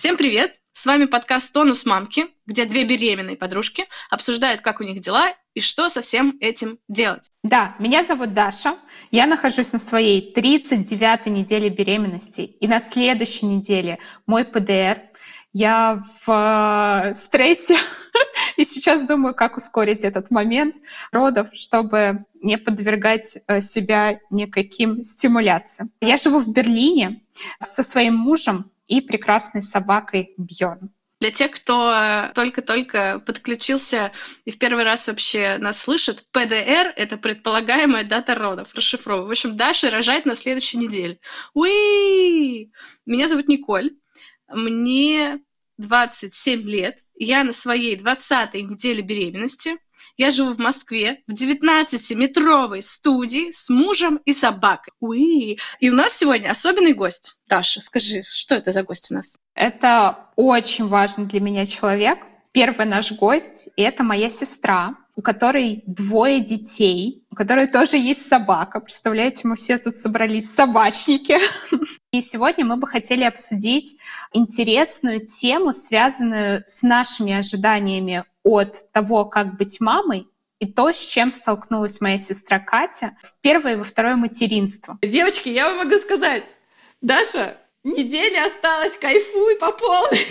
Всем привет! С вами подкаст «Тонус мамки», где две беременные подружки обсуждают, как у них дела и что со всем этим делать. Да, меня зовут Даша. Я нахожусь на своей 39-й неделе беременности. И на следующей неделе мой ПДР. Я в стрессе и сейчас думаю, как ускорить этот момент родов, чтобы не подвергать себя никаким стимуляциям. Я живу в Берлине со своим мужем и прекрасной собакой Бьорн. Для тех, кто только-только подключился и в первый раз вообще нас слышит, ПДР — это предполагаемая дата родов, расшифровываю. В общем, Даша рожает на следующей неделе. Уи! Меня зовут Николь, мне 27 лет, я на своей 20-й неделе беременности. Я живу в Москве в 19-метровой студии с мужем и собакой. Уи! И у нас сегодня особенный гость. Даша, скажи, что это за гость у нас? Это очень важный для меня человек. Первый наш гость — и это моя сестра, у которой 2 детей, у которой тоже есть собака. Представляете, мы все тут собрались собачники. И сегодня мы бы хотели обсудить интересную тему, связанную с нашими ожиданиями от того, как быть мамой, и то, с чем столкнулась моя сестра Катя в первое и во второе материнство. Девочки, я вам могу сказать, Даша, неделя осталась, кайфуй по полной.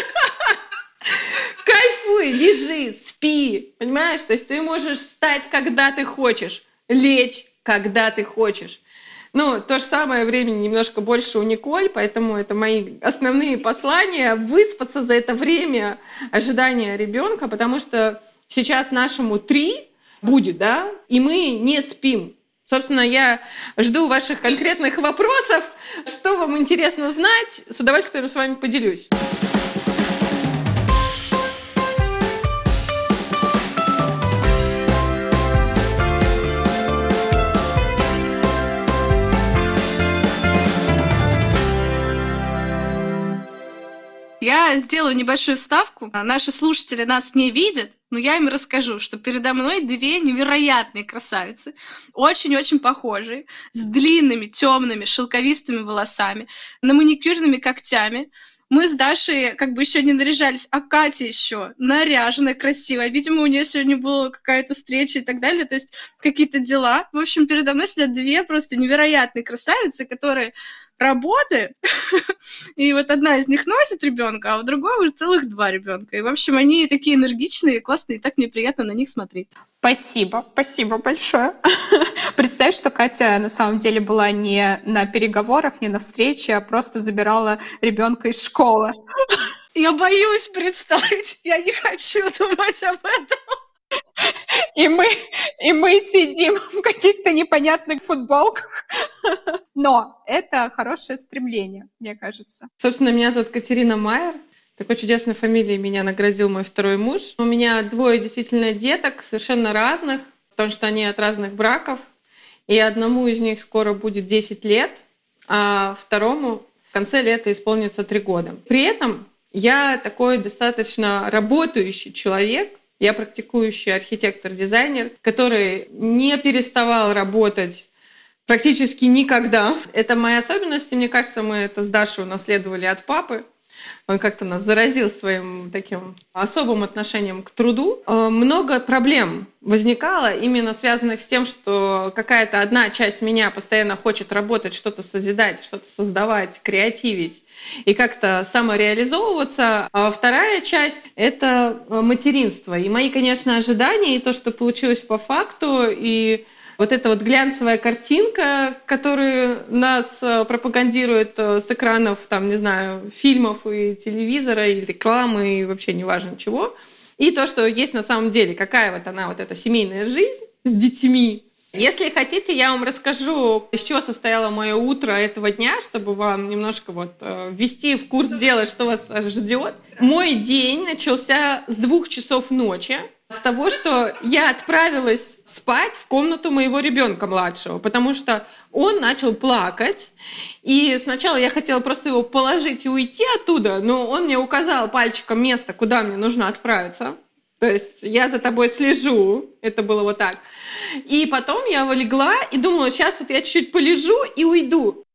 Кайфуй, лежи, спи, понимаешь? То есть ты можешь встать, когда ты хочешь, лечь, когда ты хочешь. То же самое времени немножко больше у Николь, поэтому это мои основные послания. Выспаться за это время ожидания ребенка, потому что сейчас нашему 3 будет, да, и мы не спим. Собственно, я жду ваших конкретных вопросов. Что вам интересно знать, с удовольствием с вами поделюсь. Я сделаю небольшую вставку. Наши слушатели нас не видят, но я им расскажу, что передо мной 2 невероятные красавицы, очень-очень похожие, с длинными, темными, шелковистыми волосами, на маникюрными когтями. Мы с Дашей как бы еще не наряжались, а Катя еще наряженная, красивая. Видимо, у нее сегодня была какая-то встреча и так далее, то есть какие-то дела. В общем, передо мной сидят 2 просто невероятные красавицы, которые работают, и вот одна из них носит ребенка, а у другой уже целых 2 ребенка. И, в общем, они такие энергичные, классные, и так мне приятно на них смотреть. Спасибо большое. Представь, что Катя на самом деле была не на переговорах, не на встрече, а просто забирала ребенка из школы. Я боюсь представить, я не хочу думать об этом. И мы сидим в каких-то непонятных футболках. Но это хорошее стремление, мне кажется. Собственно, меня зовут Катерина Майер. Такой чудесной фамилией меня наградил мой второй муж. У меня 2 действительно деток, совершенно разных, потому что они от разных браков. И одному из них скоро будет 10 лет, а второму в конце лета исполнится 3 года. При этом я такой достаточно работающий человек. Я практикующий архитектор-дизайнер, который не переставал работать практически никогда. Это моя особенность, и мне кажется, мы это с Дашей унаследовали от папы. Он как-то нас заразил своим таким особым отношением к труду. Много проблем возникало, именно связанных с тем, что какая-то одна часть меня постоянно хочет работать, что-то созидать, что-то создавать, креативить и как-то самореализовываться. А вторая часть — это материнство. И мои, конечно, ожидания, и то, что получилось по факту, и вот эта вот глянцевая картинка, которую нас пропагандируют с экранов, там, не знаю, фильмов и телевизора, и рекламы, и вообще неважно чего. И то, что есть на самом деле, какая вот она, вот эта семейная жизнь с детьми. Если хотите, я вам расскажу, из чего состояло мое утро этого дня, чтобы вам немножко вот ввести в курс дела, что вас ждет. Мой день начался с 2 часов ночи. С того, что я отправилась спать в комнату моего ребенка младшего, потому что он начал плакать. И сначала я хотела просто его положить и уйти оттуда, но он мне указал пальчиком место, куда мне нужно отправиться. То есть я за тобой слежу. Это было вот так. И потом я легла и думала, сейчас вот я чуть-чуть полежу и уйду.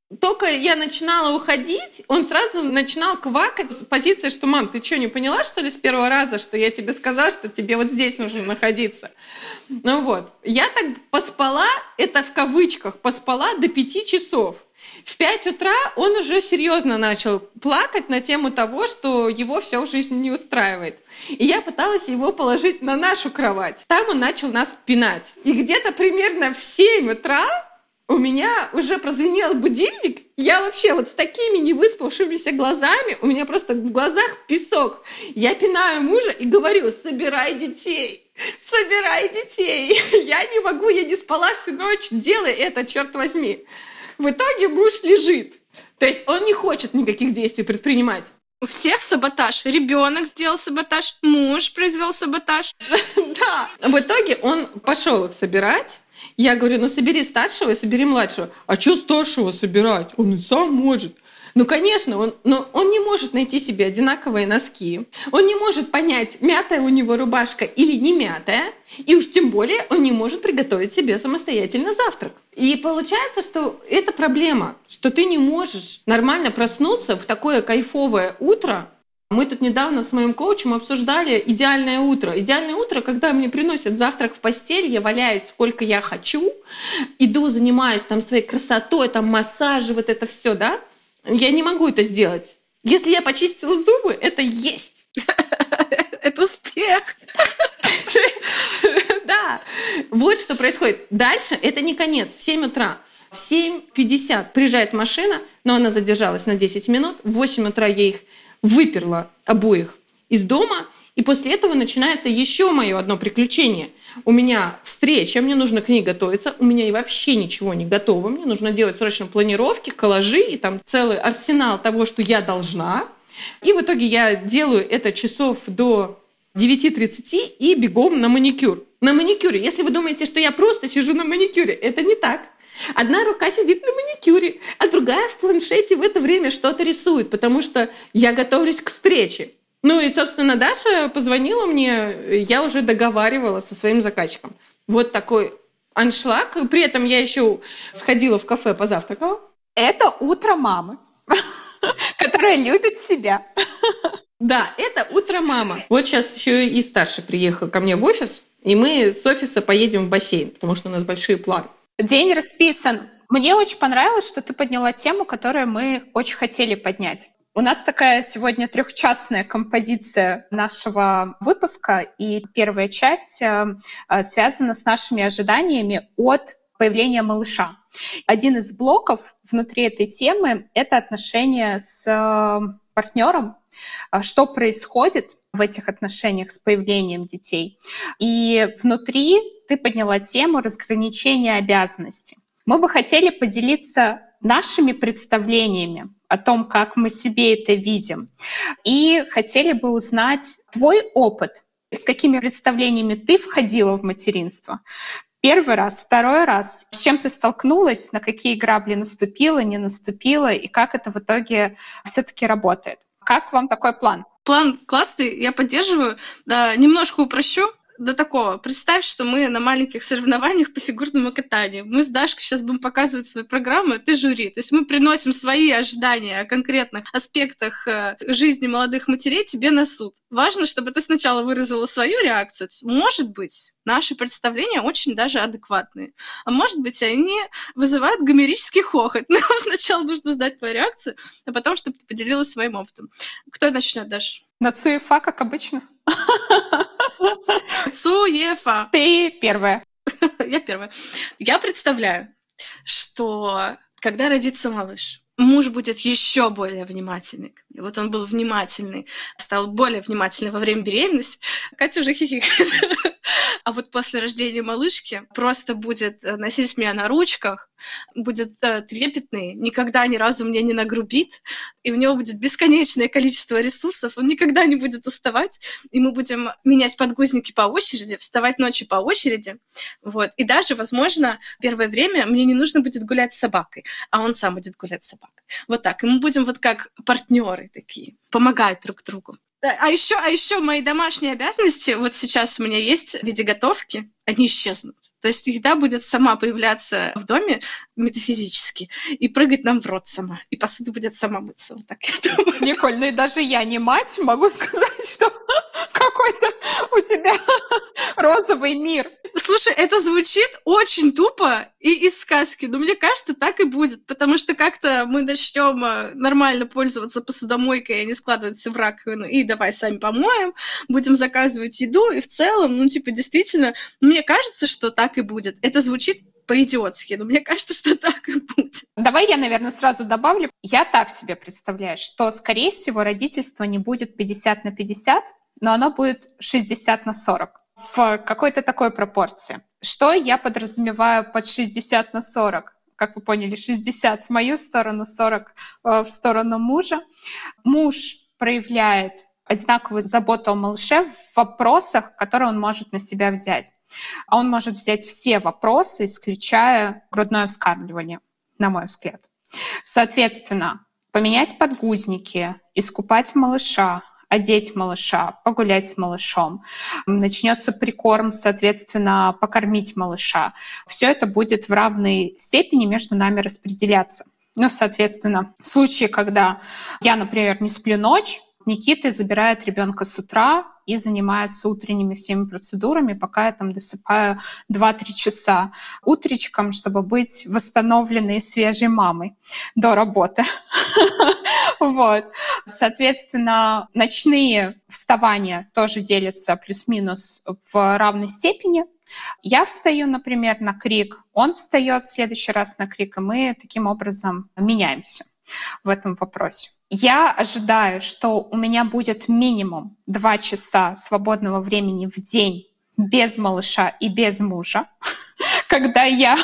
Только я начинала уходить, он сразу начинал квакать с позиции, что «Мам, ты что, не поняла, что ли, с первого раза, что я тебе сказала, что тебе вот здесь нужно находиться?» Ну вот. Я так поспала, это в кавычках, поспала до 5 часов. В 5 утра он уже серьезно начал плакать на тему того, что его все в жизни не устраивает. И я пыталась его положить на нашу кровать. Там он начал нас пинать. И где-то примерно в 7 утра у меня уже прозвенел будильник. Я вообще вот с такими невыспавшимися глазами, у меня просто в глазах песок. Я пинаю мужа и говорю: собирай детей, собирай детей. Я не могу, я не спала всю ночь, делай это, черт возьми. В итоге муж лежит. То есть он не хочет никаких действий предпринимать. У всех саботаж. Ребенок сделал саботаж, муж произвел саботаж. Да. В итоге он пошел их собирать. Я говорю: ну собери старшего и собери младшего. А что старшего собирать? Он и сам может. Ну, конечно, но он не может найти себе одинаковые носки. Он не может понять, мятая у него рубашка или не мятая. И уж тем более он не может приготовить себе самостоятельно завтрак. И получается, что это проблема, что ты не можешь нормально проснуться в такое кайфовое утро. Мы тут недавно с моим коучем обсуждали идеальное утро. Идеальное утро, когда мне приносят завтрак в постель, я валяюсь сколько я хочу, иду, занимаюсь там своей красотой, там массажи, вот это все, да? Я не могу это сделать. Если я почистила зубы, это есть. Это успех. Да. Вот что происходит. Дальше это не конец. В 7 утра. В 7:50 приезжает машина, но она задержалась на 10 минут. В 8 утра я их выперла обоих из дома. И после этого начинается еще мое одно приключение. У меня встреча, мне нужно к ней готовиться. У меня и вообще ничего не готово. Мне нужно делать срочно планировки, коллажи и там целый арсенал того, что я должна. И в итоге я делаю это часов до 9:30 и бегом на маникюр. На маникюре. Если вы думаете, что я просто сижу на маникюре, это не так. Одна рука сидит на маникюре, а другая в планшете в это время что-то рисует, потому что я готовлюсь к встрече. Ну и, собственно, Даша позвонила мне, я уже договаривала со своим заказчиком. Вот такой аншлаг. При этом я еще сходила в кафе, позавтракала. Это утро мамы, которая любит себя. Да, это утро мама. Вот сейчас еще и старший приехал ко мне в офис, и мы с офиса поедем в бассейн, потому что у нас большие планы. День расписан. Мне очень понравилось, что ты подняла тему, которую мы очень хотели поднять. У нас такая сегодня 3-частная композиция нашего выпуска, и первая часть связана с нашими ожиданиями от появления малыша. Один из блоков внутри этой темы — это отношения с партнером, что происходит в этих отношениях с появлением детей. И внутри ты подняла тему разграничения обязанностей. Мы бы хотели поделиться нашими представлениями о том, как мы себе это видим. И хотели бы узнать твой опыт, с какими представлениями ты входила в материнство. Первый раз, второй раз, с чем ты столкнулась, на какие грабли наступила, не наступила, и как это в итоге все-таки работает. Как вам такой план? План классный, я поддерживаю. Да, немножко упрощу. До такого. Представь, что мы на маленьких соревнованиях по фигурному катанию. Мы с Дашкой сейчас будем показывать свои программы, а ты жюри. То есть мы приносим свои ожидания о конкретных аспектах жизни молодых матерей тебе на суд. Важно, чтобы ты сначала выразила свою реакцию. То есть, может быть, наши представления очень даже адекватные. А может быть, они вызывают гомерический хохот. Но сначала нужно знать твою реакцию, а потом, чтобы ты поделилась своим опытом. Кто начнет, Даша? Нацуефа, как обычно. Цуефа. Ты первая. Я первая. Я представляю, что когда родится малыш, муж будет еще более внимательный. И вот он был внимательный, стал более внимательный во время беременности. Катя уже хихикает. А вот после рождения малышки просто будет носить меня на ручках, будет трепетный, никогда ни разу мне не нагрубит, и у него будет бесконечное количество ресурсов, он никогда не будет уставать, и мы будем менять подгузники по очереди, вставать ночью по очереди. Вот. И даже, возможно, первое время мне не нужно будет гулять с собакой, а он сам будет гулять с собакой. Вот так. И мы будем вот как партнеры такие, помогать друг другу. А еще мои домашние обязанности, вот сейчас у меня есть в виде готовки, они исчезнут. То есть еда будет сама появляться в доме метафизически и прыгать нам в рот сама. И посуда будет сама мыться. Вот так я думаю. Николь, ну и даже я не мать, могу сказать, что какой-то у тебя розовый мир. Слушай, это звучит очень тупо и из сказки, но мне кажется, так и будет, потому что как-то мы начнем нормально пользоваться посудомойкой, а не складывать все в раковину, и давай сами помоем, будем заказывать еду, и в целом, действительно, мне кажется, что так и будет. Это звучит по-идиотски, но мне кажется, что так и будет. Давай я, наверное, сразу добавлю. Я так себе представляю, что, скорее всего, родительство не будет 50/50, но оно будет 60/40. В какой-то такой пропорции. Что я подразумеваю под 60/40? Как вы поняли, 60 в мою сторону, 40 в сторону мужа. Муж проявляет одинаковую заботу о малыше в вопросах, которые он может на себя взять. А он может взять все вопросы, исключая грудное вскармливание, на мой взгляд. Соответственно, поменять подгузники, искупать малыша, одеть малыша, погулять с малышом. Начнется прикорм, соответственно, покормить малыша. Все это будет в равной степени между нами распределяться. Соответственно, в случае, когда я, например, не сплю ночь, Никита забирает ребенка с утра и занимается утренними всеми процедурами, пока я там досыпаю 2-3 часа утречком, чтобы быть восстановленной свежей мамой до работы. Вот. Соответственно, ночные вставания тоже делятся плюс-минус в равной степени. Я встаю, например, на крик, он встает в следующий раз на крик, и мы таким образом меняемся в этом вопросе. Я ожидаю, что у меня будет минимум 2 часа свободного времени в день без малыша и без мужа, когда я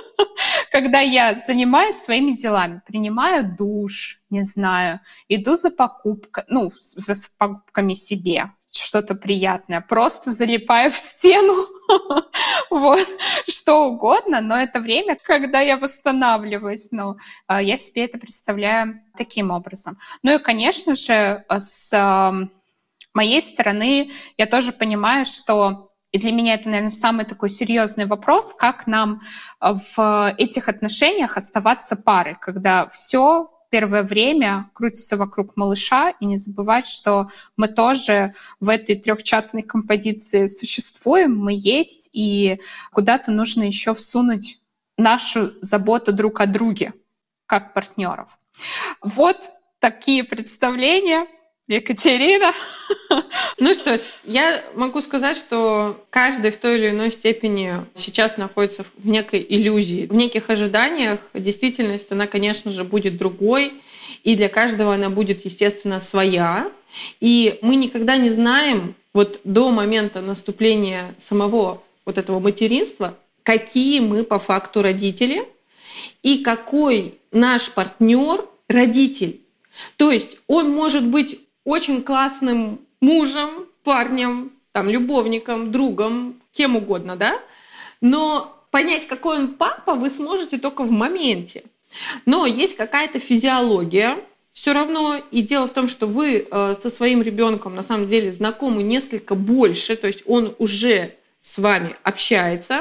занимаюсь своими делами, принимаю душ, не знаю, иду за покупкой, за покупками себе, что-то приятное, просто залипаю в стену, вот, что угодно, но это время, когда я восстанавливаюсь, я себе это представляю таким образом. И, конечно же, с моей стороны я тоже понимаю, что и для меня это, наверное, самый такой серьезный вопрос, как нам в этих отношениях оставаться парой, когда все первое время крутится вокруг малыша, и не забывать, что мы тоже в этой трехчастной композиции существуем, мы есть, и куда-то нужно еще всунуть нашу заботу друг о друге, как партнеров. Вот такие представления. Екатерина. Что ж, я могу сказать, что каждый в той или иной степени сейчас находится в некой иллюзии, в неких ожиданиях. Действительность, она, конечно же, будет другой, и для каждого она будет, естественно, своя. И мы никогда не знаем до момента наступления самого этого материнства, какие мы по факту родители и какой наш партнер родитель. То есть он может быть очень классным мужем, парнем, любовником, другом, кем угодно, да? Но понять, какой он папа, вы сможете только в моменте. Но есть какая-то физиология все равно. И дело в том, что вы со своим ребенком на самом деле знакомы несколько больше, то есть он уже с вами общается.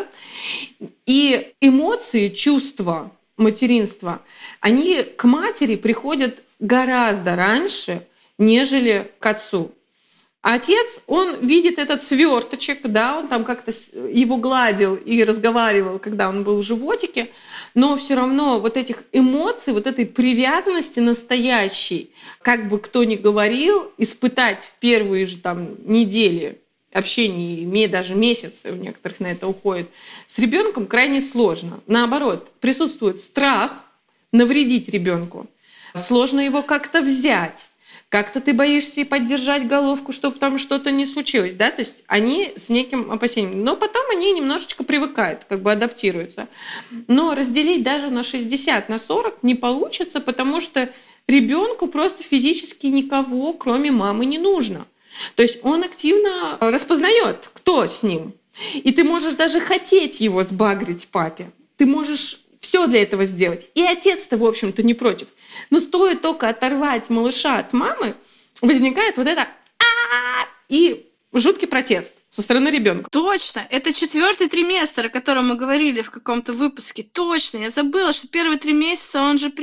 И эмоции, чувства материнства, они к матери приходят гораздо раньше, нежели к отцу. Отец, он видит этот сверточек, да, он там как-то его гладил и разговаривал, когда он был в животике, но все равно этих эмоций, этой привязанности настоящей, как бы кто ни говорил, испытать в первые же недели общения, даже месяцы у некоторых на это уходит, с ребенком крайне сложно. Наоборот, присутствует страх навредить ребенку. Сложно его как-то взять. Как-то ты боишься и поддержать головку, чтобы там что-то не случилось, да? То есть они с неким опасением. Но потом они немножечко привыкают, адаптируются. Но разделить даже на 60/40 не получится, потому что ребенку просто физически никого, кроме мамы, не нужно. То есть он активно распознает, кто с ним. И ты можешь даже хотеть его сбагрить папе. Ты можешь все для этого сделать. И отец-то, в общем-то, не против. Но стоит только оторвать малыша от мамы, возникает это и жуткий протест со стороны ребенка. Точно, это 4-й триместр, о котором мы говорили в каком-то выпуске. Точно, я забыла, что первые 3 месяца он же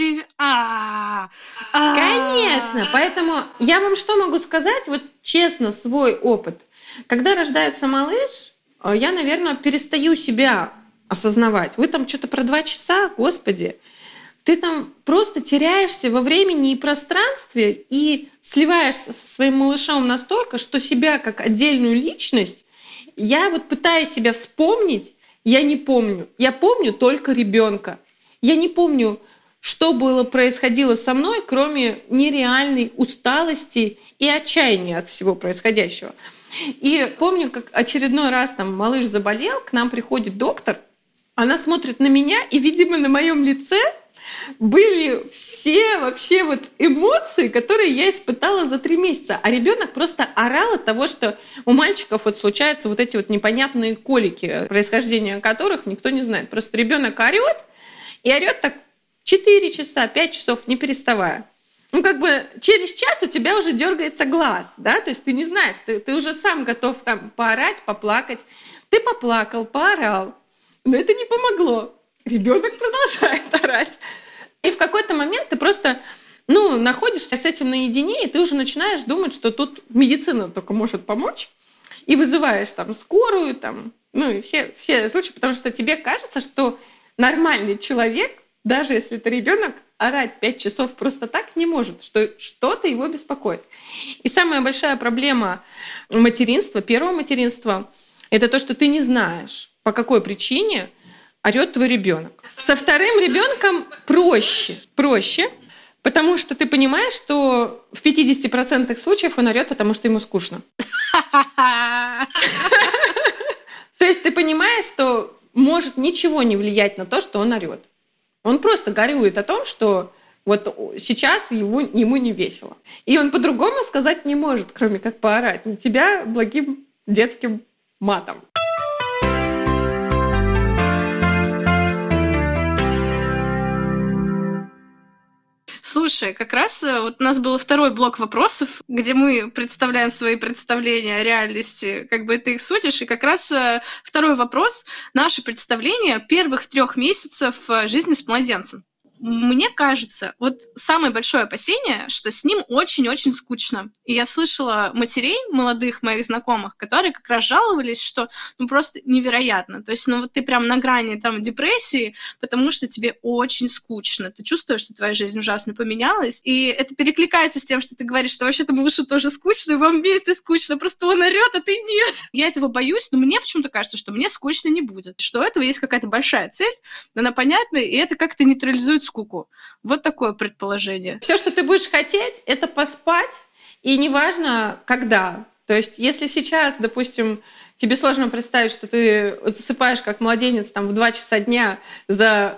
Конечно, поэтому я вам что могу сказать, вот честно, свой опыт. Когда рождается малыш, я, наверное, перестаю себя осознавать. Вы там что-то про 2 часа, господи. Ты там просто теряешься во времени и пространстве и сливаешься со своим малышом настолько, что себя как отдельную личность, я вот пытаюсь себя вспомнить, я не помню. Я помню только ребенка. Я не помню, что происходило со мной, кроме нереальной усталости и отчаяния от всего происходящего. И помню, как очередной раз там малыш заболел, к нам приходит доктор, она смотрит на меня, и, видимо, на моем лице были все вообще вот эмоции, которые я испытала за 3 месяца. А ребенок просто орал от того, что у мальчиков вот случаются вот эти вот непонятные колики, происхождение которых никто не знает. Просто ребенок орет, и орет так 4 часа, 5 часов, не переставая. Ну, как бы через час у тебя уже дергается глаз, да, то есть ты не знаешь, ты уже сам готов там поорать, поплакать. Ты поплакал, поорал, но это не помогло. Ребенок продолжает орать. И в какой-то момент ты просто находишься с этим наедине, и ты уже начинаешь думать, что тут медицина только может помочь, и вызываешь там скорую, там, и все случаи, потому что тебе кажется, что нормальный человек, даже если это ребенок, орать 5 часов просто так не может, что что-то его беспокоит. И самая большая проблема материнства, первого материнства, это то, что ты не знаешь, по какой причине орет твой ребенок. Со вторым ребенком проще, потому что ты понимаешь, что в 50% случаев он орет, потому что ему скучно. То есть ты понимаешь, что может ничего не влиять на то, что он орет. Он просто горюет о том, что вот сейчас ему не весело. И он по-другому сказать не может, кроме как поорать на тебя благим детским матом. Слушай, как раз вот у нас был 2-й блок вопросов, где мы представляем свои представления о реальности, как бы ты их судишь, и как раз 2-й вопрос — наши представления первых 3 месяцев жизни с младенцем. Мне кажется, вот самое большое опасение, что с ним очень-очень скучно. И я слышала матерей молодых моих знакомых, которые как раз жаловались, что просто невероятно. То есть вот ты прям на грани там депрессии, потому что тебе очень скучно. Ты чувствуешь, что твоя жизнь ужасно поменялась. И это перекликается с тем, что ты говоришь, что вообще-то малышу тоже скучно, и вам вместе скучно, просто он орёт, а ты нет. Я этого боюсь, но мне почему-то кажется, что мне скучно не будет. Что у этого есть какая-то большая цель, она понятная, и это как-то нейтрализует скуку. Вот такое предположение. Все, что ты будешь хотеть, это поспать, и неважно, когда. То есть, если сейчас, допустим, тебе сложно представить, что ты засыпаешь как младенец там, в 2 часа дня за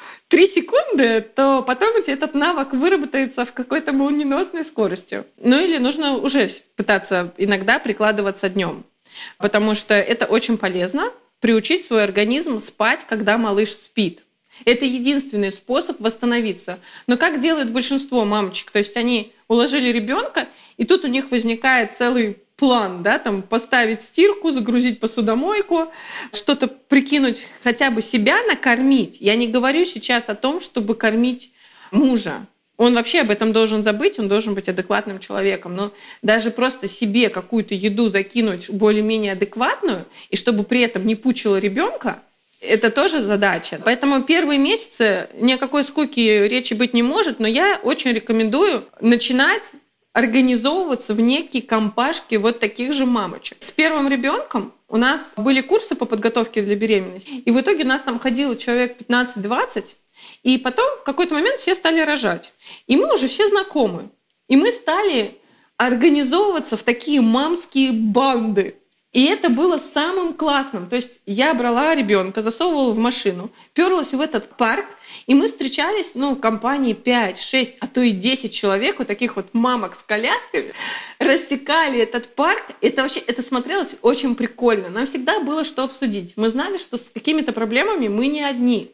3 секунды, то потом у тебя этот навык выработается в какой-то молниеносной скоростью. Или нужно уже пытаться иногда прикладываться днем, потому что это очень полезно приучить свой организм спать, когда малыш спит. Это единственный способ восстановиться. Но как делает большинство мамочек? То есть они уложили ребенка, и тут у них возникает целый план, да, там поставить стирку, загрузить посудомойку, что-то прикинуть, хотя бы себя накормить. Я не говорю сейчас о том, чтобы кормить мужа. Он вообще об этом должен забыть, он должен быть адекватным человеком. Но даже просто себе какую-то еду закинуть более-менее адекватную, и чтобы при этом не пучило ребенка, это тоже задача. Поэтому первые месяцы ни о какой скуке речи быть не может, но я очень рекомендую начинать организовываться в некие компашки вот таких же мамочек. С первым ребенком у нас были курсы по подготовке для беременности, и в итоге нас там ходило человек 15-20, и потом в какой-то момент все стали рожать. И мы уже все знакомы. И мы стали организовываться в такие мамские банды. И это было самым классным. То есть я брала ребенка, засовывала в машину, пёрлась в этот парк, и мы встречались, в компании 5, 6, а то и 10 человек, вот таких вот мамок с колясками, рассекали этот парк. Это смотрелось очень прикольно. Нам всегда было что обсудить. Мы знали, что с какими-то проблемами мы не одни.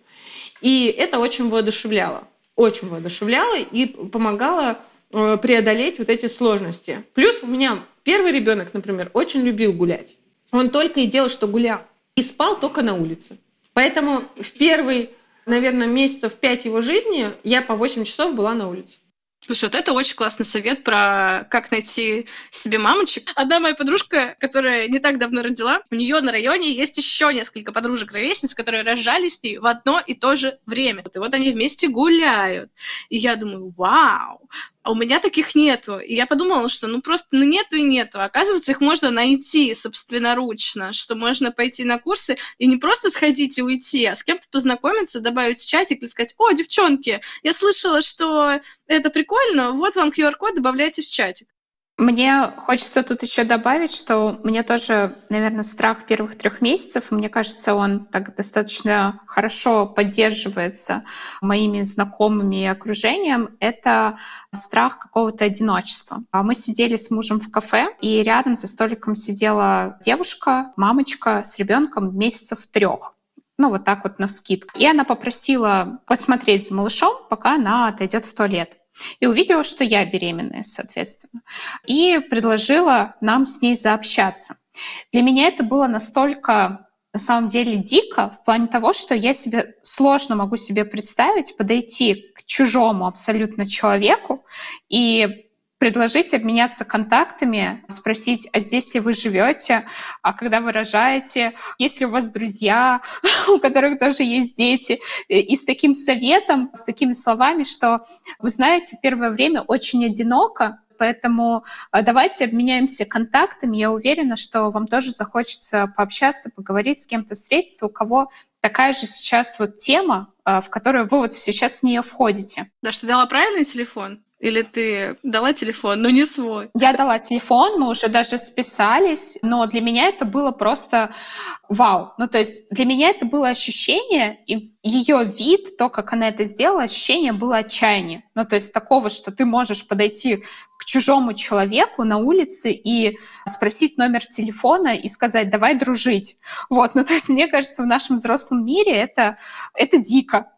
И это очень воодушевляло. И помогало преодолеть вот эти сложности. Плюс у меня Первый ребенок, например, очень любил гулять. Он только и делал, что гулял. И спал только на улице. Поэтому в первые, наверное, месяцев 5 его жизни я по 8 часов была на улице. Слушай, вот это очень классный совет про как найти себе мамочек. Одна моя подружка, которая не так давно родила, у нее на районе есть еще несколько подружек-ровесниц, которые рожали с ней в одно и то же время. И вот они вместе гуляют. И я думаю, вау, а у меня таких нету. И я подумала, что просто нету и нету. Оказывается, их можно найти собственноручно, что можно пойти на курсы и не просто сходить и уйти, а с кем-то познакомиться, добавить в чатик и сказать: о, девчонки, я слышала, что это прикольно, вот вам QR-код, добавляйте в чатик. Мне хочется тут еще добавить, что у меня тоже, наверное, страх первых 3 месяцев, и мне кажется, он так достаточно хорошо поддерживается моими знакомыми и окружением. Это страх какого-то одиночества. Мы сидели с мужем в кафе, и рядом за столиком сидела девушка, мамочка с ребенком месяцев 3. Вот так вот навскидку. И она попросила посмотреть за малышом, пока она отойдет в туалет. И увидела, что я беременная, соответственно. И предложила нам с ней заобщаться. Для меня это было настолько, на самом деле, дико, в плане того, что я себе сложно могу себе представить подойти к чужому абсолютно человеку и предложить обменяться контактами, спросить, а здесь ли вы живете, а когда вы рожаете, есть ли у вас друзья, у которых тоже есть дети. И с таким советом, с такими словами, что, вы знаете, первое время очень одиноко, поэтому давайте обменяемся контактами. Я уверена, что вам тоже захочется пообщаться, поговорить с кем-то, встретиться, у кого такая же сейчас тема, в которую вы сейчас в нее входите. Да, что ты дала правильный телефон? Или ты дала телефон, но не свой? Я дала телефон, мы уже даже списались, но для меня это было просто вау. То есть для меня это было ощущение, и ее вид, то, как она это сделала, ощущение было отчаяния. То есть такого, что ты можешь подойти к чужому человеку на улице и спросить номер телефона и сказать: давай дружить. То есть мне кажется, в нашем взрослом мире это дико.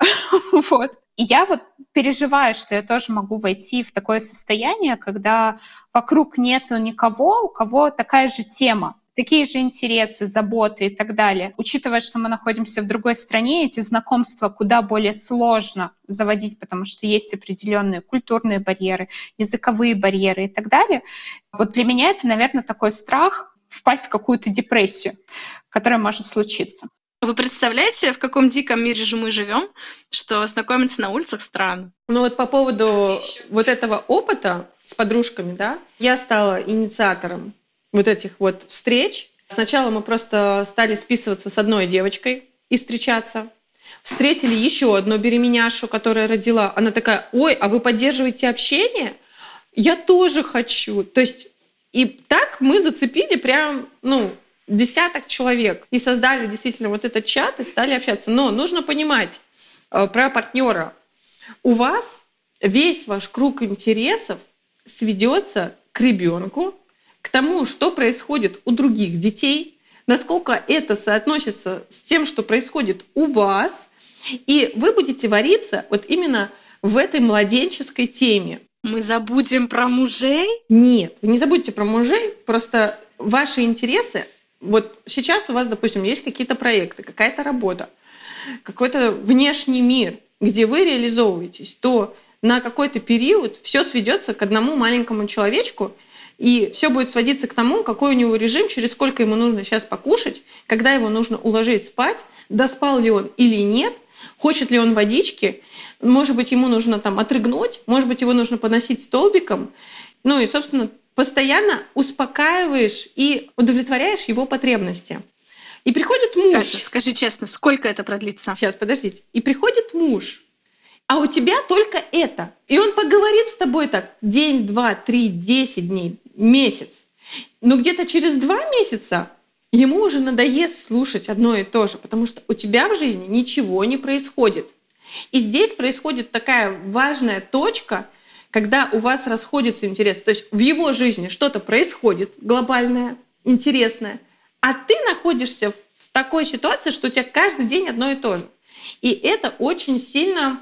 И я переживаю, что я тоже могу войти в такое состояние, когда вокруг нету никого, у кого такая же тема, такие же интересы, заботы и так далее. Учитывая, что мы находимся в другой стране, эти знакомства куда более сложно заводить, потому что есть определенные культурные барьеры, языковые барьеры и так далее. Для меня это, наверное, такой страх впасть в какую-то депрессию, которая может случиться. Вы представляете, в каком диком мире же мы живем, что знакомиться на улицах странно? По поводу этого опыта с подружками, да, я стала инициатором этих встреч. Сначала мы просто стали списываться с одной девочкой и встречаться. Встретили еще одну беременяшу, которая родила. Она такая: ой, а вы поддерживаете общение? Я тоже хочу. То есть и так мы зацепили прям, десяток человек и создали действительно этот чат и стали общаться. Но нужно понимать про партнера. У вас весь ваш круг интересов сведется к ребенку, к тому, что происходит у других детей, насколько это соотносится с тем, что происходит у вас, и вы будете вариться именно в этой младенческой теме. Мы забудем про мужей? Нет, вы не забудьте про мужей, просто ваши интересы. Сейчас у вас, допустим, есть какие-то проекты, какая-то работа, какой-то внешний мир, где вы реализовываетесь, то на какой-то период все сведется к одному маленькому человечку, и все будет сводиться к тому, какой у него режим, через сколько ему нужно сейчас покушать, когда его нужно уложить спать, доспал ли он или нет, хочет ли он водички, может быть, ему нужно отрыгнуть, может быть, его нужно поносить столбиком. И, собственно, постоянно успокаиваешь и удовлетворяешь его потребности. И приходит муж. Скажи честно, сколько это продлится? Сейчас, подождите. И приходит муж, а у тебя только это. И он поговорит с тобой так 1, 2, 3, 10 дней, месяц. Но где-то через 2 месяца ему уже надоест слушать одно и то же, потому что у тебя в жизни ничего не происходит. И здесь происходит такая важная точка, когда у вас расходятся интересы. То есть в его жизни что-то происходит глобальное, интересное, а ты находишься в такой ситуации, что у тебя каждый день одно и то же. И это очень сильно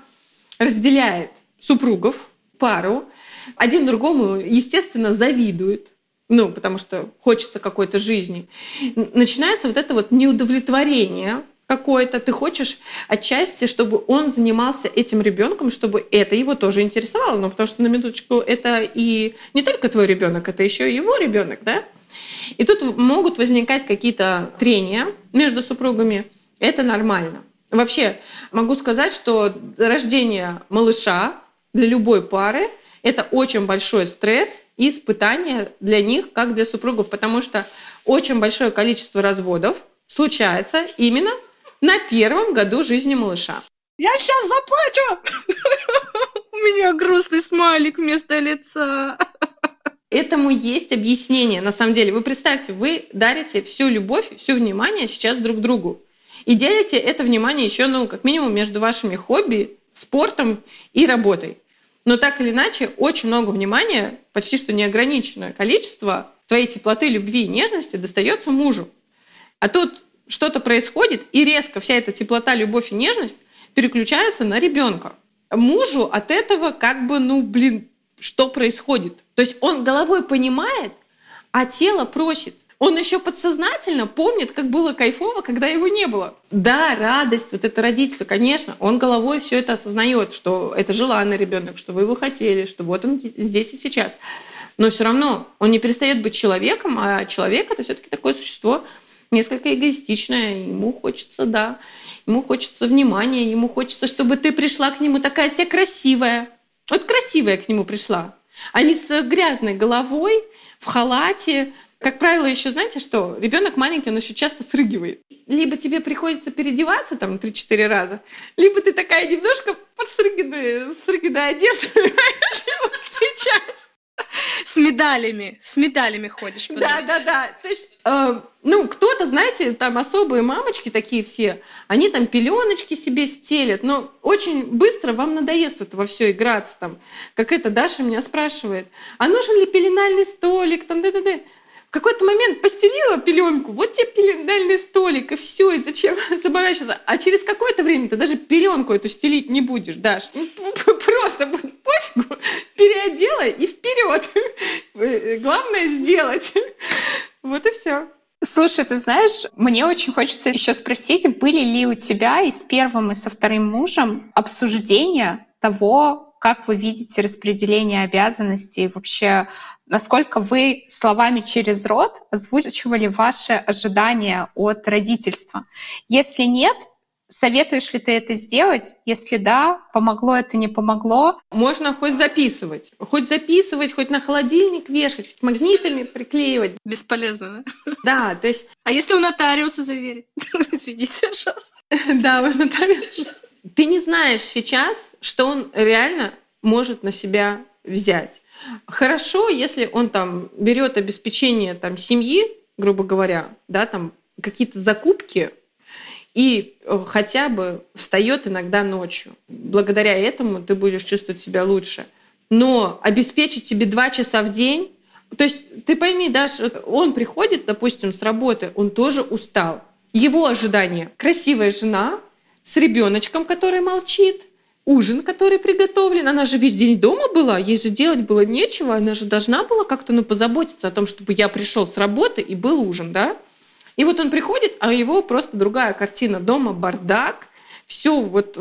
разделяет супругов, пару. Один другому, естественно, завидует. ну, потому что хочется какой-то жизни, начинается вот это вот неудовлетворение какое-то. Ты хочешь отчасти, чтобы он занимался этим ребенком, чтобы это его тоже интересовало. Ну, потому что, на минуточку, это и не только твой ребенок, это еще и его ребенок, да? И тут могут возникать какие-то трения между супругами. Это нормально. Вообще, могу сказать, что рождение малыша для любой пары — это очень большой стресс и испытание для них, как для супругов, потому что очень большое количество разводов случается именно на первом году жизни малыша. Я сейчас заплачу! У меня грустный смайлик вместо лица. Этому есть объяснение, на самом деле. Вы представьте, вы дарите всю любовь, все внимание сейчас друг другу. И делите это внимание еще, ну, как минимум, между вашими хобби, спортом и работой. Но так или иначе, очень много внимания, почти что неограниченное количество твоей теплоты, любви и нежности достается мужу. А тут что-то происходит, и резко вся эта теплота, любовь и нежность переключается на ребенка. Мужу от этого как бы, что происходит? То есть он головой понимает, а тело просит. Он еще подсознательно помнит, как было кайфово, когда его не было. Да, радость, вот это родительство, конечно, он головой все это осознает, что это желанный ребенок, что вы его хотели, что вот он здесь и сейчас. Но все равно он не перестает быть человеком, а человек — это все-таки такое существо несколько эгоистичное. Ему хочется, да, ему хочется внимания, ему хочется, чтобы ты пришла к нему такая вся красивая. Вот красивая к нему пришла, а не с грязной головой, в халате. Как правило, еще знаете что? Ребенок маленький, он еще часто срыгивает. Либо тебе приходится переодеваться там 3-4 раза, либо ты такая немножко подсрыганная, в срыганной одежде его встречаешь. С медалями ходишь. Да. То есть, кто-то, знаете, там особые мамочки такие все, они там пеленочки себе стелят, но очень быстро вам надоест это во все играться. Там, как это Даша меня спрашивает, а нужен ли пеленальный столик? Там, да. В какой-то момент постелила пеленку, вот тебе пеленальный столик, и все, и зачем заморачиваться? А через какое-то время ты даже пеленку эту стелить не будешь, Даш. Просто будет пофигу, переодела и вперед. Главное сделать. Вот и все. Слушай, ты знаешь, мне очень хочется еще спросить, были ли у тебя и с первым, и со вторым мужем обсуждения того, как вы видите распределение обязанностей, вообще, насколько вы словами через рот озвучивали ваши ожидания от родительства? Если нет, советуешь ли ты это сделать? Если да, помогло это, не помогло? Можно хоть записывать, хоть на холодильник вешать, хоть магнитами приклеивать. Бесполезно, да? Да, то есть... А если у нотариуса заверить? Извините, пожалуйста. Да, у нотариуса. Ты не знаешь сейчас, что он реально может на себя взять. Хорошо, если он там берет обеспечение там, семьи, грубо говоря, да, там какие-то закупки, и хотя бы встает иногда ночью. Благодаря этому ты будешь чувствовать себя лучше. Но обеспечить тебе 2 часа в день, то есть ты пойми, Даша, он приходит, допустим, с работы, он тоже устал. Его ожидание: красивая жена с ребеночком, который молчит, ужин, который приготовлен. Она же весь день дома была, ей же делать было нечего, она же должна была как-то позаботиться о том, чтобы я пришел с работы и был ужин, да? И вот он приходит, а его просто другая картина. Дома бардак, все вот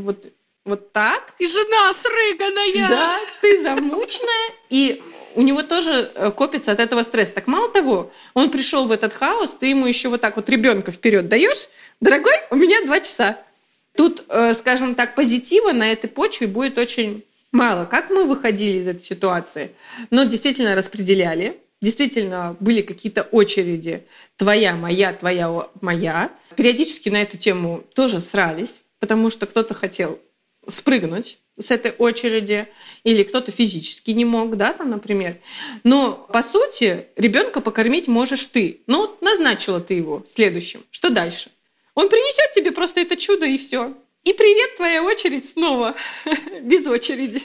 так. И жена срыганая. Да, ты замученная, и у него тоже копится от этого стресс. Так мало того, он пришел в этот хаос, ты ему еще вот так вот ребенка вперед даешь: дорогой, у меня 2 часа. Тут, скажем так, позитива на этой почве будет очень мало. Как мы выходили из этой ситуации? Но действительно распределяли. Действительно были какие-то очереди: твоя, моя. Периодически на эту тему тоже срались, потому что кто-то хотел спрыгнуть с этой очереди, или кто-то физически не мог, да, там, например. Но, по сути, ребенка покормить можешь ты. Ну, назначила ты его следующим. Что дальше? Он принесет тебе просто это чудо, и все. И привет, твоя очередь снова без очереди.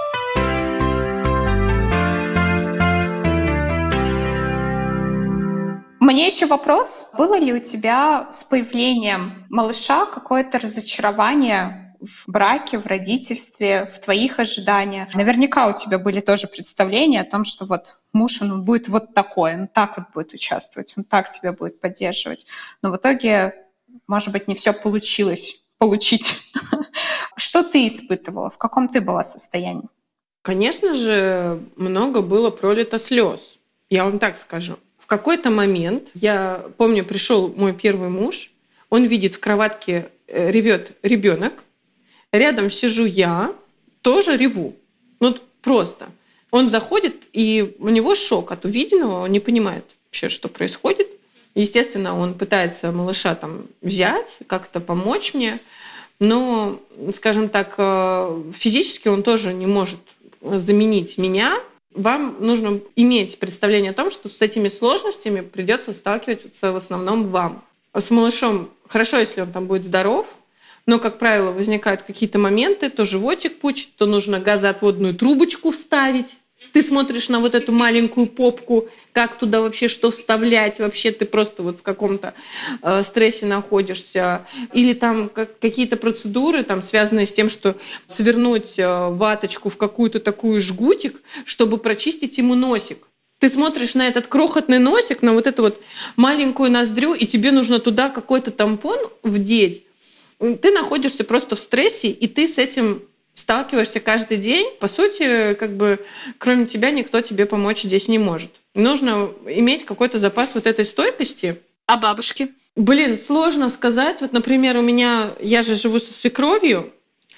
У меня еще вопрос. Было ли у тебя с появлением малыша какое-то разочарование в браке, в родительстве, в твоих ожиданиях? Наверняка у тебя были тоже представления о том, что вот муж, он будет вот такой, он так вот будет участвовать, он так тебя будет поддерживать. Но в итоге, может быть, не все получилось получить. Что ты испытывала? В каком ты была состоянии? Конечно же, много было пролито слез. Я вам так скажу. В какой-то момент, я помню, пришел мой первый муж, он видит в кроватке ревет ребенок, рядом сижу я, тоже реву. Ну, просто. Он заходит, и у него шок от увиденного, он не понимает вообще, что происходит. Естественно, он пытается малыша там взять, как-то помочь мне, но, скажем так, физически он тоже не может заменить меня. Вам нужно иметь представление о том, что с этими сложностями придется сталкиваться в основном вам. С малышом хорошо, если он там будет здоров, но, как правило, возникают какие-то моменты, то животик пучит, то нужно газоотводную трубочку вставить. Ты смотришь на вот эту маленькую попку, как туда вообще что вставлять, вообще ты просто вот в каком-то стрессе находишься. Или там какие-то процедуры, там, связанные с тем, что свернуть ваточку в какую-то такую жгутик, чтобы прочистить ему носик. Ты смотришь на этот крохотный носик, на вот эту вот маленькую ноздрю, и тебе нужно туда какой-то тампон вдеть. Ты находишься просто в стрессе, и ты с этим сталкиваешься каждый день. По сути, как бы кроме тебя никто тебе помочь здесь не может. Нужно иметь какой-то запас вот этой стойкости. А бабушки? Блин, сложно сказать. Вот, например, я же живу со свекровью,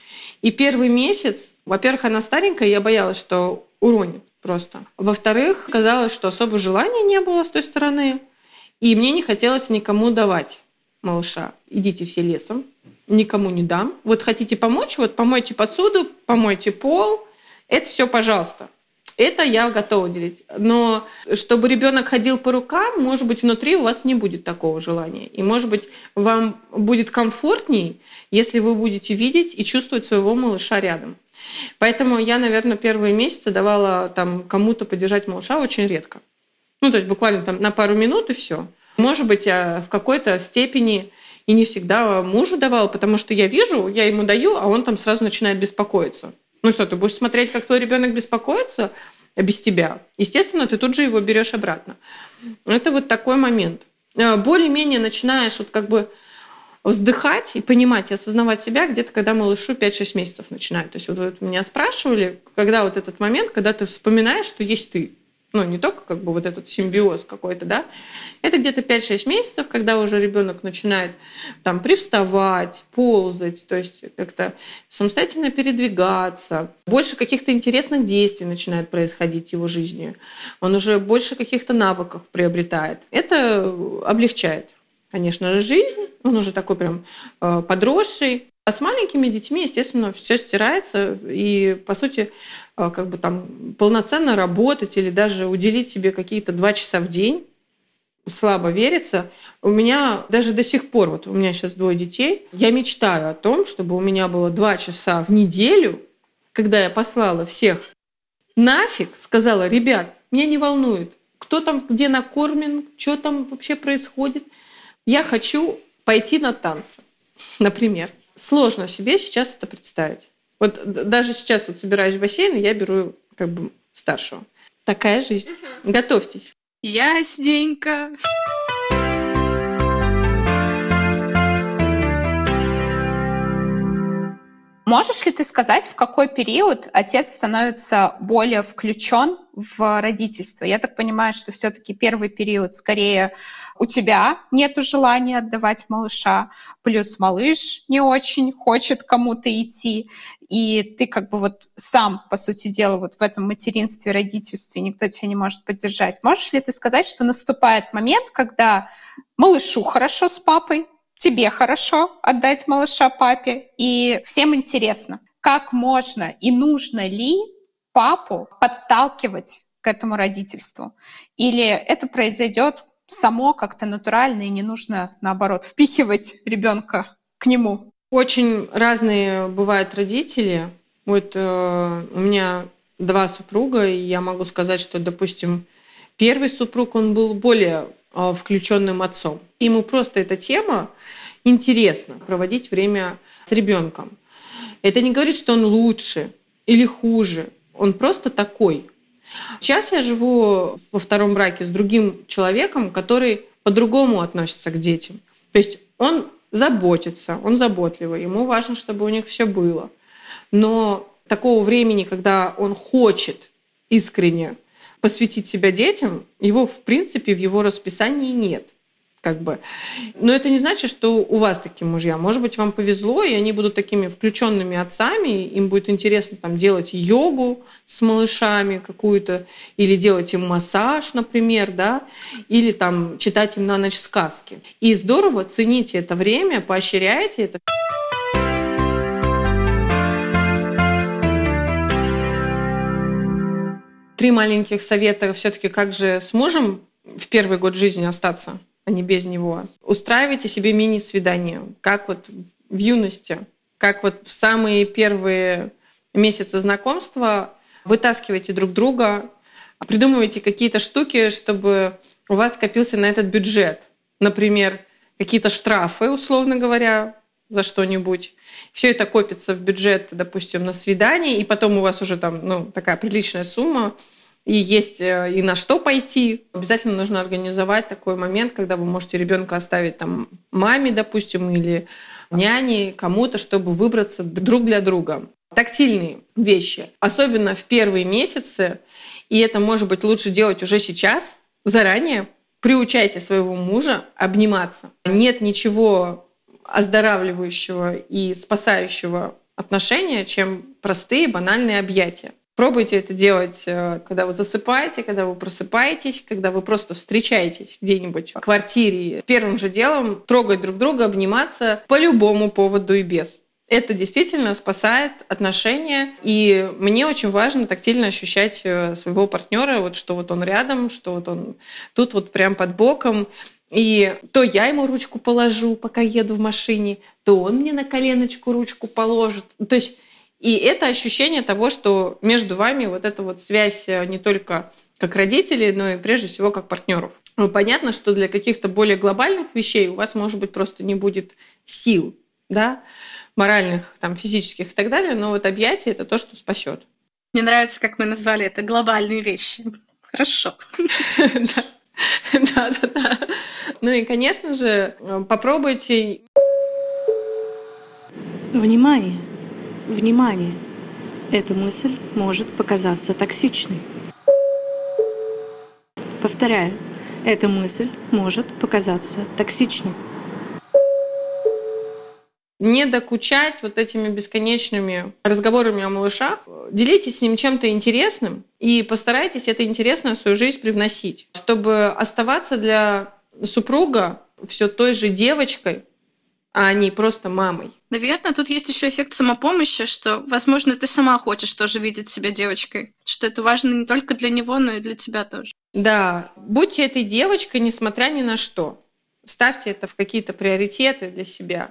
и первый месяц, во-первых, она старенькая, я боялась, что уронит просто. Во-вторых, казалось, что особо желания не было с той стороны, и мне не хотелось никому давать малыша. Идите все лесом, никому не дам. Вот хотите помочь, вот помойте посуду, помойте пол, это все, пожалуйста. Это я готова делить. Но чтобы ребенок ходил по рукам, может быть, внутри у вас не будет такого желания. И, может быть, вам будет комфортней, если вы будете видеть и чувствовать своего малыша рядом. Поэтому я, наверное, первые месяцы давала там кому-то подержать малыша очень редко. Ну, то есть буквально там на пару минут и все. Может быть, в какой-то степени и не всегда мужу давала, потому что я вижу, я ему даю, а он там сразу начинает беспокоиться. Ну что, ты будешь смотреть, как твой ребенок беспокоится без тебя? Естественно, ты тут же его берешь обратно. Это вот такой момент. Более-менее начинаешь вот как бы вздыхать и понимать, и осознавать себя где-то, когда малышу 5-6 месяцев начинает. То есть вот меня спрашивали, когда вот этот момент, когда ты вспоминаешь, что есть ты. Ну, не только как бы вот этот симбиоз какой-то, да. Это где-то 5-6 месяцев, когда уже ребенок начинает там привставать, ползать, то есть как-то самостоятельно передвигаться. Больше каких-то интересных действий начинает происходить в его жизни. Он уже больше каких-то навыков приобретает. Это облегчает, конечно же, жизнь. Он уже такой прям подросший. А с маленькими детьми, естественно, все стирается, и, по сути, как бы там полноценно работать или даже уделить себе какие-то 2 часа в день слабо верится. У меня даже до сих пор, вот у меня сейчас 2 детей, я мечтаю о том, чтобы у меня было 2 часа в неделю, когда я послала всех нафиг, сказала: ребят, меня не волнует, кто там где накормлен, что там вообще происходит. Я хочу пойти на танцы, например. Сложно себе сейчас это представить. Вот даже сейчас вот собираюсь в бассейн, и я беру как бы старшего. Такая жизнь. Готовьтесь. Ясненько. Можешь ли ты сказать, в какой период отец становится более включен в родительство? Я так понимаю, что все-таки первый период скорее у тебя нету желания отдавать малыша, плюс малыш не очень хочет кому-то идти, и ты как бы вот сам, по сути дела, вот в этом материнстве, родительстве никто тебя не может поддержать. Можешь ли ты сказать, что наступает момент, когда малышу хорошо с папой, тебе хорошо отдать малыша папе, и всем интересно, как можно и нужно ли папу подталкивать к этому родительству? Или это произойдет само как-то натурально, и не нужно, наоборот, впихивать ребенка к нему? Очень разные бывают родители. Вот у меня 2 супруга, и я могу сказать, что, допустим, первый супруг, он был более включенным отцом. Ему просто эта тема интересна, проводить время с ребенком. Это не говорит, что он лучше или хуже. Он просто такой. Сейчас я живу во втором браке с другим человеком, который по-другому относится к детям. То есть он заботится, он заботливый, ему важно, чтобы у них все было. Но такого времени, когда он хочет искренне посвятить себя детям, его, в принципе, в его расписании нет. Но это не значит, что у вас такие мужья. Может быть, вам повезло, и они будут такими включенными отцами, им будет интересно делать йогу с малышами какую-то, или делать им массаж, например, да, или читать им на ночь сказки. И здорово, цените это время, поощряйте это. Три маленьких совета все-таки, как же с мужем в первый год жизни остаться, а не без него. Устраивайте себе мини-свидание, как в юности, как в самые первые месяцы знакомства. Вытаскивайте друг друга, придумывайте какие-то штуки, чтобы у вас скопился на этот бюджет. Например, какие-то штрафы, условно говоря, за что-нибудь. Все это копится в бюджет, допустим, на свидание, и потом у вас уже такая приличная сумма, и есть и на что пойти. Обязательно нужно организовать такой момент, когда вы можете ребенка оставить маме, допустим, или няне, кому-то, чтобы выбраться друг для друга. Тактильные вещи, особенно в первые месяцы, и это, может быть, лучше делать уже сейчас, заранее. Приучайте своего мужа обниматься. Нет ничего оздоравливающего и спасающего отношения, чем простые банальные объятия. Пробуйте это делать, когда вы засыпаете, когда вы просыпаетесь, когда вы просто встречаетесь где-нибудь в квартире. Первым же делом трогать друг друга, обниматься по любому поводу и без. Это действительно спасает отношения. И мне очень важно тактильно ощущать своего партнера, что он рядом, что он тут прям под боком. И то я ему ручку положу, пока еду в машине, то он мне на коленочку ручку положит. То есть и это ощущение того, что между вами эта связь не только как родителей, но и прежде всего как партнеров. Понятно, что для каких-то более глобальных вещей у вас, может быть, просто не будет сил, да, моральных, физических и так далее, но объятие — это то, что спасет. Мне нравится, как мы назвали это глобальные вещи. Хорошо. Да. Ну и, конечно же, попробуйте... Внимание! Внимание! Эта мысль может показаться токсичной. Повторяю, эта мысль может показаться токсичной. Не докучать этими бесконечными разговорами о малышах. Делитесь с ним чем-то интересным и постарайтесь это интересное в свою жизнь привносить, чтобы оставаться для супруга все той же девочкой, а не просто мамой. Наверное, тут есть еще эффект самопомощи, что, возможно, ты сама хочешь тоже видеть себя девочкой, что это важно не только для него, но и для тебя тоже. Да, будьте этой девочкой, несмотря ни на что. Ставьте это в какие-то приоритеты для себя.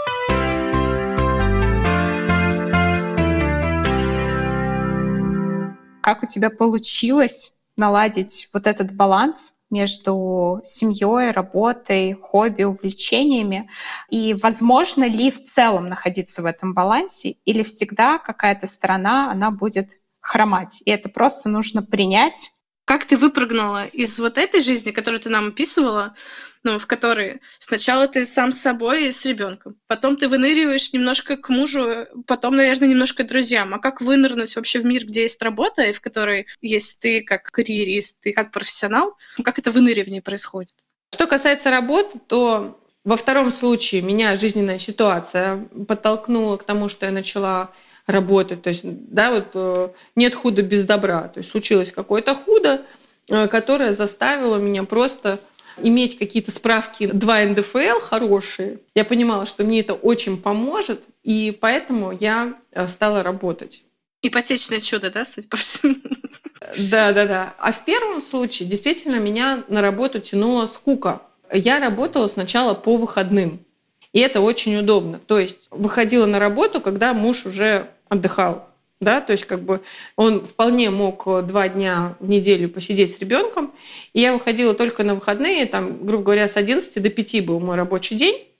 Как у тебя получилось наладить этот баланс между семьей, работой, хобби, увлечениями? И возможно ли в целом находиться в этом балансе? Или всегда какая-то сторона, она будет хромать? И это просто нужно принять. Как ты выпрыгнула из этой жизни, которую ты нам описывала, в которой сначала ты сам с собой и с ребенком, потом ты выныриваешь немножко к мужу, потом, наверное, немножко к друзьям. А как вынырнуть вообще в мир, где есть работа, и в которой есть ты как карьерист, ты как профессионал? Как это выныривание происходит? Что касается работы, то во втором случае меня жизненная ситуация подтолкнула к тому, что я начала работать. То есть, нет худа без добра. То есть случилось какое-то худо, которое заставило меня просто иметь какие-то справки 2 НДФЛ хорошие. Я понимала, что мне это очень поможет, и поэтому я стала работать. Ипотечное чудо, да, судя по всему? Да. А в первом случае действительно меня на работу тянула скука. Я работала сначала по выходным. И это очень удобно. То есть выходила на работу, когда муж уже отдыхал. Да? То есть он вполне мог 2 дня в неделю посидеть с ребенком. И я выходила только на выходные, грубо говоря, с 11 до 5 был мой рабочий день.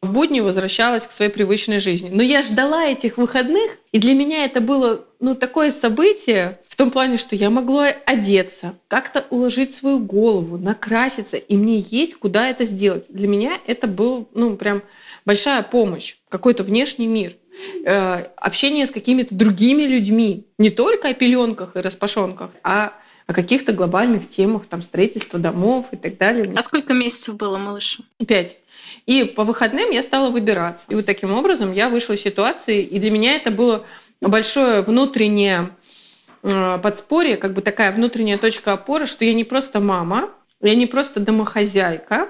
в будни возвращалась к своей привычной жизни. Но я ждала этих выходных, и для меня это было такое событие в том плане, что я могла одеться, как-то уложить свою голову, накраситься, и мне есть куда это сделать. Для меня это был прям большая помощь, какой-то внешний мир. Общение с какими-то другими людьми, не только о пеленках и распашонках, а о каких-то глобальных темах, там, строительства домов и так далее. А сколько месяцев было малышу? 5. И по выходным я стала выбираться. И вот таким образом я вышла из ситуации, и для меня это было большое внутреннее подспорье, как бы такая внутренняя точка опоры, что я не просто мама, я не просто домохозяйка,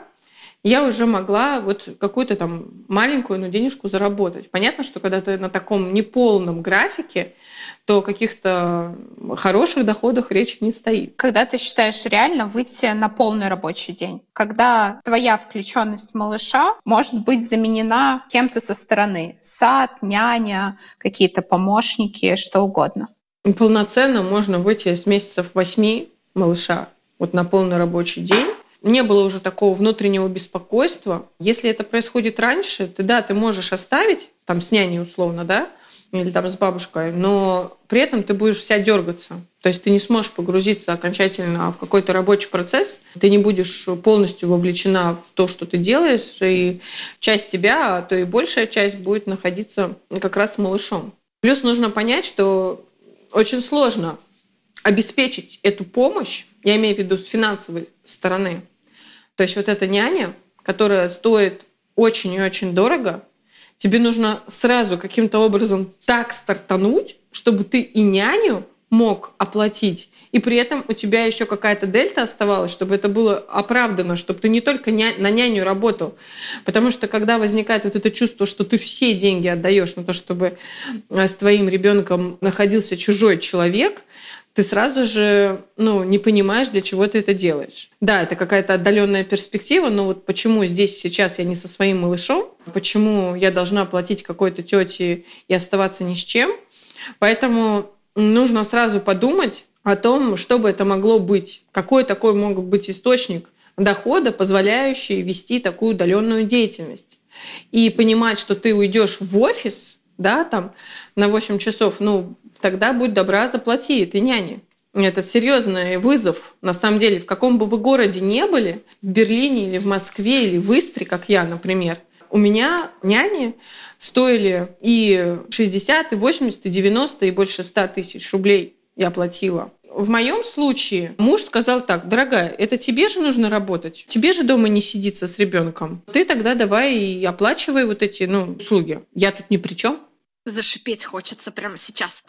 я уже могла вот какую-то там маленькую, денежку заработать. Понятно, что когда ты на таком неполном графике, то о каких-то хороших доходах речи не стоит. Когда ты считаешь реально выйти на полный рабочий день? Когда твоя включенность малыша может быть заменена кем-то со стороны? Сад, няня, какие-то помощники, что угодно. Полноценно можно выйти с месяцев 8 малыша вот на полный рабочий день. Не было уже такого внутреннего беспокойства. Если это происходит раньше, ты можешь оставить, там, с няней условно, да, или там с бабушкой, но при этом ты будешь вся дергаться. То есть ты не сможешь погрузиться окончательно в какой-то рабочий процесс, ты не будешь полностью вовлечена в то, что ты делаешь, и часть тебя, а то и большая часть будет находиться как раз с малышом. Плюс нужно понять, что очень сложно обеспечить эту помощь, я имею в виду с финансовой стороны. То есть вот эта няня, которая стоит очень и очень дорого, тебе нужно сразу каким-то образом так стартануть, чтобы ты и няню мог оплатить, и при этом у тебя еще какая-то дельта оставалась, чтобы это было оправдано, чтобы ты не только на няню работал. Потому что когда возникает вот это чувство, что ты все деньги отдаешь на то, чтобы с твоим ребенком находился чужой человек, ты сразу же не понимаешь, для чего ты это делаешь. Да, это какая-то отдаленная перспектива, но вот почему здесь сейчас я не со своим малышом, почему я должна платить какой-то тете и оставаться ни с чем. Поэтому нужно сразу подумать о том, что бы это могло быть, какой такой мог быть источник дохода, позволяющий вести такую удаленную деятельность. И понимать, что ты уйдешь в офис, да, там, на 8 часов, тогда будь добра, заплати этой няне. Это серьезный вызов. На самом деле, в каком бы вы городе ни были, в Берлине или в Москве, или в Истре, как я, например, у меня няни стоили и 60, и 80, и 90, и больше 100 тысяч рублей я платила. В моем случае муж сказал так: дорогая, это тебе же нужно работать, тебе же дома не сидится с ребенком. Ты тогда давай и оплачивай вот эти услуги. Я тут ни при чем. Зашипеть хочется прямо сейчас.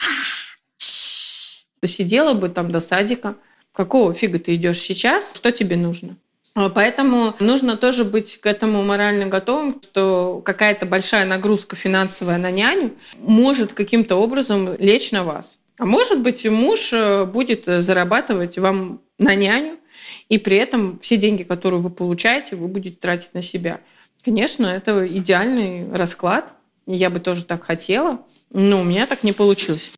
Досидела бы там до садика. Какого фига ты идешь сейчас? Что тебе нужно? Поэтому нужно тоже быть к этому морально готовым, что какая-то большая нагрузка финансовая на няню может каким-то образом лечь на вас. А может быть, муж будет зарабатывать вам на няню, и при этом все деньги, которые вы получаете, вы будете тратить на себя. Конечно, это идеальный расклад. Я бы тоже так хотела, но у меня так не получилось.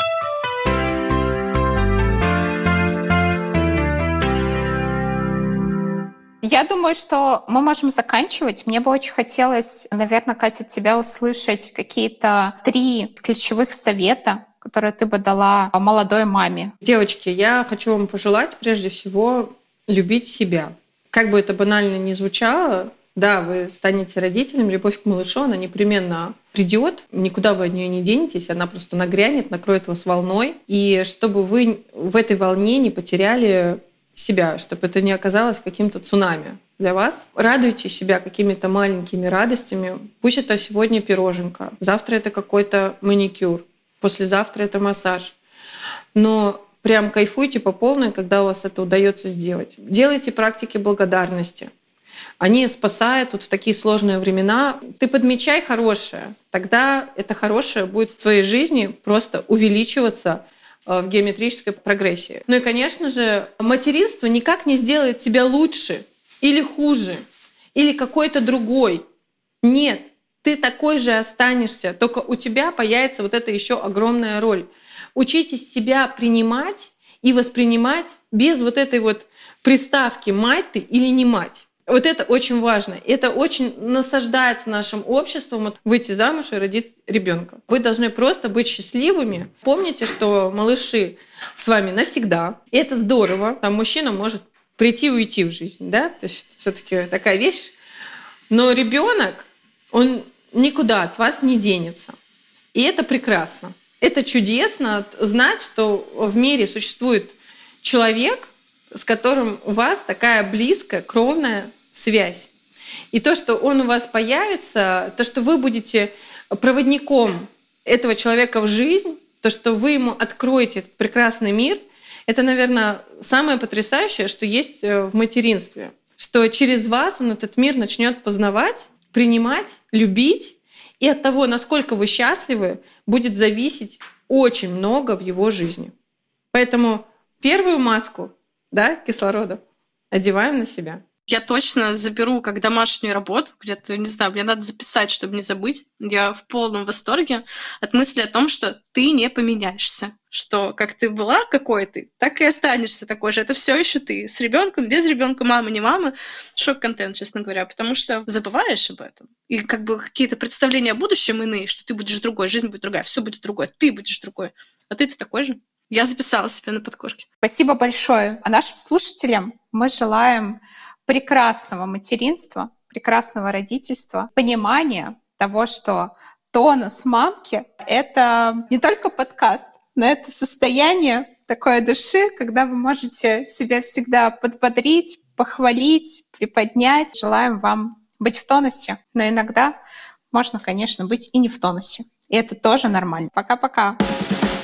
Я думаю, что мы можем заканчивать. Мне бы очень хотелось, наверное, Катя, от тебя услышать какие-то 3 ключевых совета, которые ты бы дала молодой маме. Девочки, я хочу вам пожелать прежде всего любить себя. Как бы это банально ни звучало, да, вы станете родителем, любовь к малышу, она непременно придет, никуда вы от нее не денетесь, она просто нагрянет, накроет вас волной. И чтобы вы в этой волне не потеряли себя, чтобы это не оказалось каким-то цунами для вас. Радуйте себя какими-то маленькими радостями. Пусть это сегодня пироженка, завтра это какой-то маникюр, послезавтра это массаж. Но прям кайфуйте по полной, когда у вас это удается сделать. Делайте практики благодарности. Они спасают вот в такие сложные времена. Ты подмечай хорошее, тогда это хорошее будет в твоей жизни просто увеличиваться в геометрической прогрессии. Ну и, конечно же, материнство никак не сделает тебя лучше или хуже, или какой-то другой. Нет, ты такой же останешься, только у тебя появится вот эта еще огромная роль. Учитесь себя принимать и воспринимать без вот этой вот приставки «мать ты» или «не мать». Вот это очень важно. Это очень насаждается нашим обществом. Вот выйти замуж и родить ребенка. Вы должны просто быть счастливыми. Помните, что малыши с вами навсегда. И это здорово. Там мужчина может прийти и уйти в жизнь, да? То есть все-таки такая вещь. Но ребенок, он никуда от вас не денется. И это прекрасно. Это чудесно знать, что в мире существует человек, с которым у вас такая близкая, кровная связь. И то, что он у вас появится, то, что вы будете проводником этого человека в жизнь, то, что вы ему откроете этот прекрасный мир, это, наверное, самое потрясающее, что есть в материнстве. Что через вас он этот мир начнет познавать, принимать, любить. И от того, насколько вы счастливы, будет зависеть очень много в его жизни. Поэтому первую маску, да, кислорода одеваем на себя. Я точно заберу как домашнюю работу, где-то, не знаю, мне надо записать, чтобы не забыть. Я в полном восторге от мысли о том, что ты не поменяешься. Что как ты была какой ты, так и останешься такой же. Это все еще ты. С ребенком, без ребенка, мама, не мама. Шок-контент, честно говоря. Потому что забываешь об этом. И как бы какие-то представления о будущем иные, что ты будешь другой, жизнь будет другая, все будет другое, ты будешь другой. А ты такой же. Я записала себе на подкорке. Спасибо большое. А нашим слушателям мы желаем прекрасного материнства, прекрасного родительства, понимания того, что тонус мамки — это не только подкаст, но это состояние такой души, когда вы можете себя всегда подбодрить, похвалить, приподнять. Желаем вам быть в тонусе, но иногда можно, конечно, быть и не в тонусе. И это тоже нормально. Пока-пока.